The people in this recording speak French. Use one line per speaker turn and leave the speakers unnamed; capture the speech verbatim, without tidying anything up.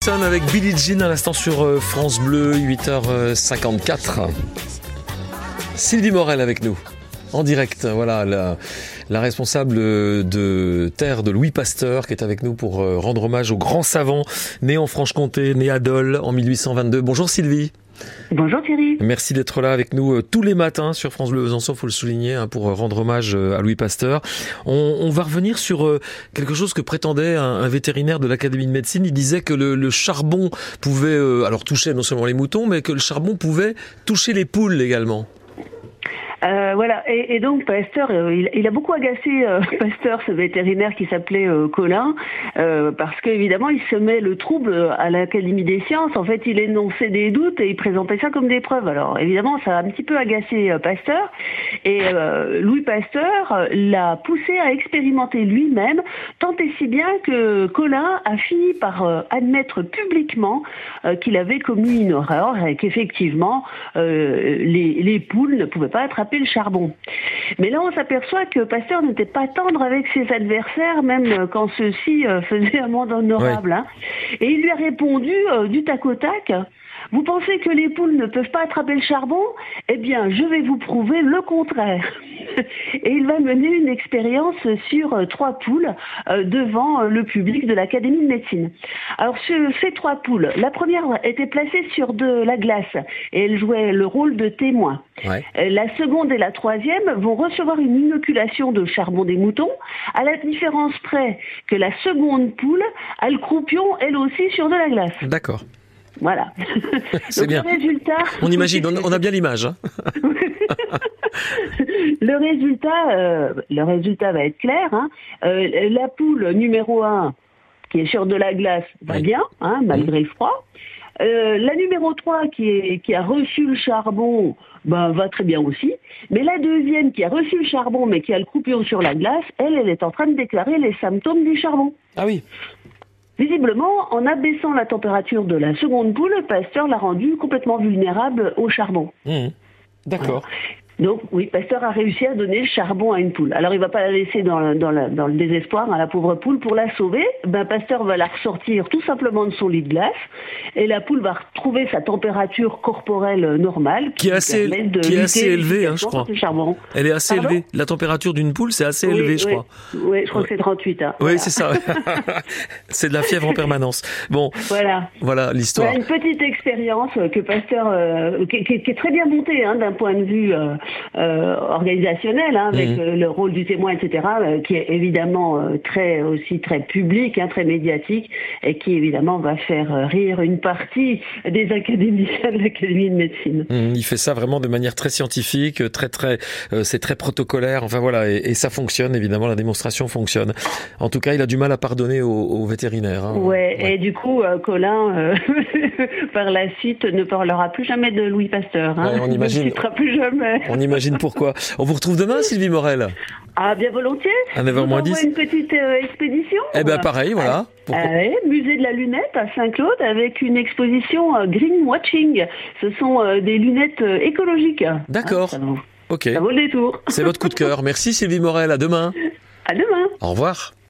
Avec Billie Jean à l'instant sur France Bleu, huit heures cinquante-quatre. Sylvie Morel avec nous, en direct. Voilà, la, la responsable de terre de Louis Pasteur qui est avec nous pour rendre hommage au grand savant né en Franche-Comté, né à Dole en mille huit cent vingt-deux. Bonjour Sylvie.
Bonjour Thierry.
Merci d'être là avec nous euh, tous les matins sur France Bleu Besançon, faut le souligner, hein, pour euh, rendre hommage euh, à Louis Pasteur. On, on va revenir sur euh, quelque chose que prétendait un, un vétérinaire de l'Académie de médecine. Il disait que le, le charbon pouvait euh, alors toucher non seulement les moutons, mais que le charbon pouvait toucher les poules également.
Euh, voilà, et, et donc Pasteur, euh, il, il a beaucoup agacé euh, Pasteur, ce vétérinaire qui s'appelait euh, Colin, euh, parce qu'évidemment il semait le trouble à l'Académie des sciences. En fait, il énonçait des doutes et il présentait ça comme des preuves. Alors évidemment, ça a un petit peu agacé euh, Pasteur, et euh, Louis Pasteur euh, l'a poussé à expérimenter lui-même, tant et si bien que Colin a fini par euh, admettre publiquement euh, qu'il avait commis une erreur et qu'effectivement euh, les, les poules ne pouvaient pas attraper le charbon. Mais là, on s'aperçoit que Pasteur n'était pas tendre avec ses adversaires, même quand ceux-ci euh, faisaient un monde honorable. Ouais. Hein. Et il lui a répondu euh, du tac au tac: vous pensez que les poules ne peuvent pas attraper le charbon? Eh bien, je vais vous prouver le contraire. Et il va mener une expérience sur euh, trois poules euh, devant euh, le public de l'Académie de médecine. Alors, ce, ces trois poules, la première était placée sur de la glace et elle jouait le rôle de témoin. Ouais. Euh, la seconde et la troisième vont recevoir une inoculation de charbon des moutons, à la différence près que la seconde poule a le croupion, elle aussi, sur de la glace.
D'accord.
Voilà.
C'est bien.
Le résultat...
On imagine, on, on a bien l'image. Hein.
le résultat, euh, le résultat va être clair. Hein. Euh, la poule numéro un, qui est sur de la glace, va oui. bien, hein, malgré oui. le froid. Euh, la numéro trois, qui, est, qui a reçu le charbon, ben, va très bien aussi. Mais la deuxième, qui a reçu le charbon, mais qui a le croupion sur la glace, elle, elle est en train de déclarer les symptômes du charbon.
Ah oui.
Visiblement, en abaissant la température de la seconde poule, Pasteur l'a rendue complètement vulnérable au charbon.
Mmh. D'accord.
Voilà. Donc oui, Pasteur a réussi à donner le charbon à une poule. Alors il va pas la laisser dans le, dans la, dans le désespoir, hein, la pauvre poule. Pour la sauver, ben, Pasteur va la ressortir tout simplement de son lit de glace et la poule va retrouver sa température corporelle normale.
Qui, qui est assez, de qui est assez élevée, hein, je crois. Elle est assez Pardon élevée. La température d'une poule, c'est assez oui, élevé, je
oui,
crois.
Oui, je crois ouais. que c'est trente-huit. Hein.
Oui,
voilà.
c'est ça. C'est de la fièvre en permanence. Bon, voilà, voilà l'histoire.
Voilà une petite expérience que Pasteur, euh, qui, qui, qui est très bien montée hein, d'un point de vue... Euh, Euh, organisationnel, hein, avec mmh. euh, le rôle du témoin, et cetera, euh, qui est évidemment euh, très aussi très public, hein, très médiatique, et qui évidemment va faire euh, rire une partie des académiciens de l'Académie de médecine.
Mmh, il fait ça vraiment de manière très scientifique, très très, euh, c'est très protocolaire. Enfin voilà, et, et ça fonctionne évidemment, la démonstration fonctionne. En tout cas, il a du mal à pardonner aux, aux vétérinaires. Hein.
Ouais,
ouais,
et du coup, euh, Colin, euh, par la suite, ne parlera plus jamais de Louis Pasteur. Hein.
Ouais, on imagine.
Ne citera plus jamais.
On imagine pourquoi. On vous retrouve demain, Sylvie Morel?
Ah, bien volontiers.
À neuf heures moins dix.
On une petite euh, expédition.
Eh ben pareil, voilà.
Euh, musée de la lunette à Saint-Claude avec une exposition euh, Green Watching. Ce sont euh, des lunettes euh, écologiques.
D'accord.
Ah, ça vaut,
ok.
Ça vaut le détour.
C'est votre coup de cœur. Merci Sylvie Morel. À demain.
À demain.
Au revoir.